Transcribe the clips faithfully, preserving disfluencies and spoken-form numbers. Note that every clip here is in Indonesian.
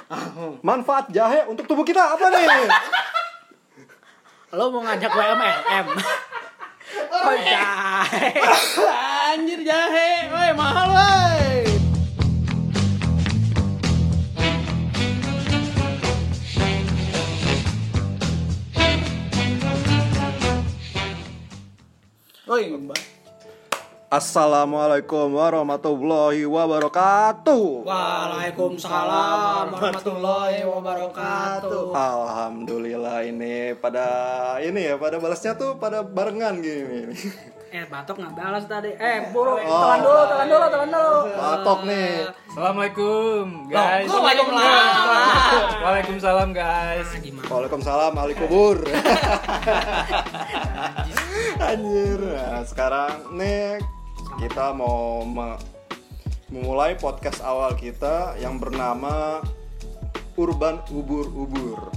Manfaat jahe untuk tubuh kita apa nih? Lo mau ngajak W M L M? Oh jahe. Anjir jahe, woi mahal woi. Woi, Assalamualaikum warahmatullahi wabarakatuh. Waalaikumsalam warahmatullahi wabarakatuh. Alhamdulillah ini pada ini ya pada balasnya tuh pada barengan gini. Eh batok nggak balas tadi. Eh buru, Oh. telan dulu, telan dulu, telan dulu. Batok nih. Assalamualaikum guys. Loh, waalaikumsalam. Waalaikumsalam guys. Ah, gimana? Waalaikumsalam ahli kubur. Anjir. Nah, sekarang nih kita mau me- memulai podcast awal kita yang bernama Urban Ubur-Ubur.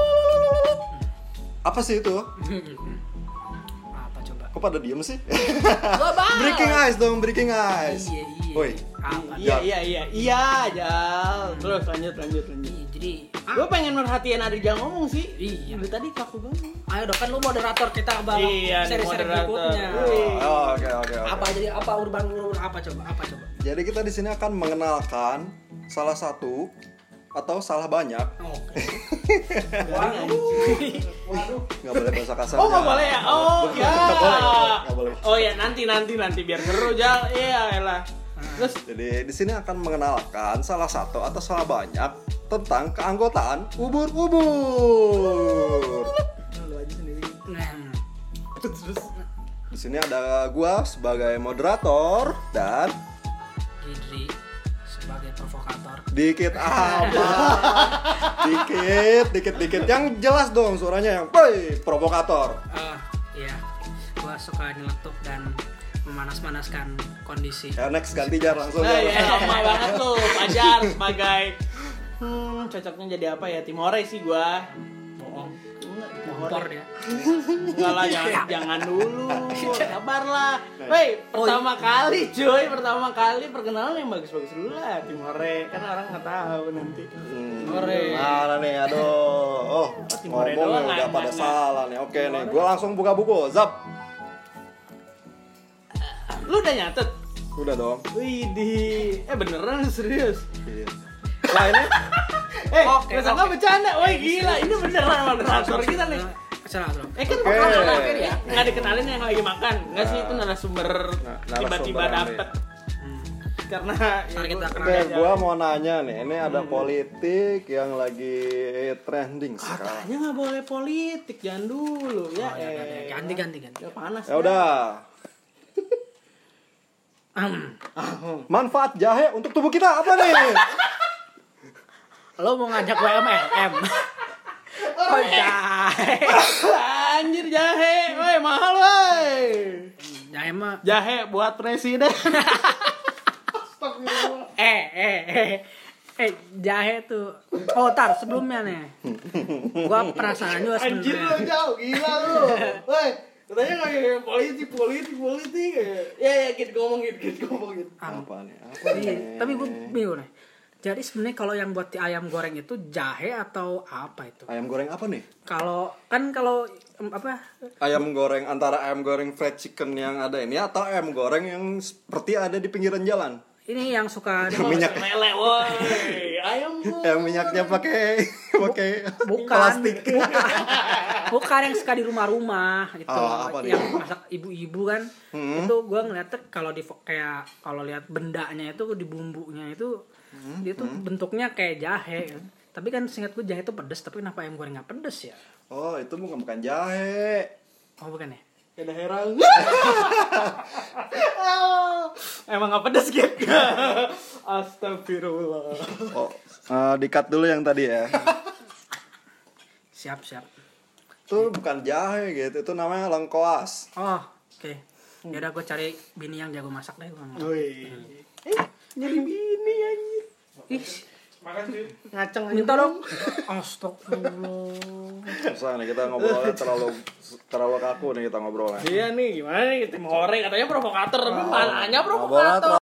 Apa sih itu? Apa coba? Kok pada diem sih? Lo bahas. Breaking ice dong, breaking ice. Iya iya. Woi. Apa? Iya iya iya iya Jal. Terus lanjut lanjut lanjut. Iya, jadi Gue pengen merhatiin Adri Jal ngomong sih. Iya. Dari tadi kaku banget. ayo dong kan lu moderator kita bang. Iya, nih, seri-seri moderator. berikutnya. Wih. Oh, oke oke oke. Apa jadi apa urban urban apa coba? Apa coba? Jadi kita di sini akan mengenalkan salah satu atau salah banyak. Oke. Waduh. Nggak boleh bahasa kasar. Oh nggak boleh ya? Oh ya. Nggak boleh, nggak boleh, nggak boleh. Oh ya nanti nanti nanti biar seru Jal. Iya elah. Terus Jadi di sini akan mengenalkan salah satu atau salah banyak tentang keanggotaan ubur-ubur. lu aja sendiri. Nah, Terus Di sini ada gua sebagai moderator dan Idri sebagai provokator. dikit amat. Dikit, dikit, dikit. Yang jelas dong suaranya yang woi, provokator. Ah, iya. Gua suka nyeletuk dan memanas-manaskan kondisi. Ya next ganti jar langsung. Nah Jar. ya sama banget lu Fajar sebagai hmm cocoknya jadi apa ya Timore sih gua. Bohong. Enggak, Kompor dia. Enggak lah, jangan, jangan dulu. Sabar lah. Woi, pertama kali cuy, pertama kali perkenalan yang bagus-bagus dulu lah Timore. Kan orang nggak tahu nanti. Hmm, Timore. Mana nih, aduh. Oh, Timore ngomong doang, nih, udah nggak, pada nggak. salah nih. Oke nih, gua langsung buka buku. Zap. Lu udah nyatet? Udah dong. Widih. Eh beneran serius? Iya. Lah ini Eh, Oke, masa nggak oke. bercanda? Woi gila, ini beneran moderator kita nih. Salah, salah. Eh kan Oke. pertama kali ya, nggak dikenalin yang lagi makan. Nggak sih itu narasumber Nah, narasumber tiba-tiba aneh. dapet. Hmm. Karena Mari kita gua- kenal. Oke, gua mau nanya nih. Ini ada politik yang lagi trending sekarang. Katanya nggak boleh politik, jangan dulu ya. Oh, ya, ya, ya. eh. Ganti, ganti, ganti. Ya panas. Ya udah. Ahem. Manfaat jahe untuk tubuh kita apa nih? Lo mau ngajak W M L M? Oh jahe. Anjir jahe, woi mahal woi. Jahe mah. Jahe buat presiden. Eh, eh, eh. Eh, jahe tuh. Oh, tar sebelumnya nih. Gua perasaan juga Anjir lu sebenarnya. jauh, gila lu. Woi, katanya nggak kayak politik, politik, politik. Ya ya, gitu ngomong gitu, gitu ngomong gitu. Apa nih? Apa Iya, nih? tapi gue bingung nih. Jadi sebenarnya kalau yang buat di ayam goreng itu jahe atau apa itu? Ayam goreng apa nih? Kalau kan kalau em, apa? Ayam goreng antara ayam goreng fried chicken yang ada ini atau ayam goreng yang seperti ada di pinggiran jalan. Ini yang suka Minyak. Lele, woi. Ayam gua. Yang minyaknya pakai pakai bukan plastik. bukan yang suka di rumah-rumah gitu. Oh, apa nih? Yang masak ibu-ibu kan. Hmm. Itu gue ngeliatnya kalau di kayak kalau lihat bendanya itu di bumbunya itu Hmm. dia tuh bentuknya kayak jahe kan. Tapi kan seingat gue jahe itu pedes, tapi kenapa ayam goreng nggak pedes ya? Oh, itu bukan bukan jahe. Oh bukan ya? Ada heran. Emang gak pedes gitu. Astagfirullah. Oh, uh, di-cut dulu yang tadi ya. Siap siap. Itu bukan jahe gitu, itu namanya lengkoas. Oh oke. Ya udah gue cari bini yang jago masak deh. Gua. Woi. Eh, nyari bini anjir. Ih, Ngaceng aja. minta dong. Astagfirullah. Susah nih kita ngobrolnya terlalu terlalu kaku nih kita ngobrolnya. Iya nih, gimana nih? Timore katanya provokator, tapi mananya Ngobrolnya provokator?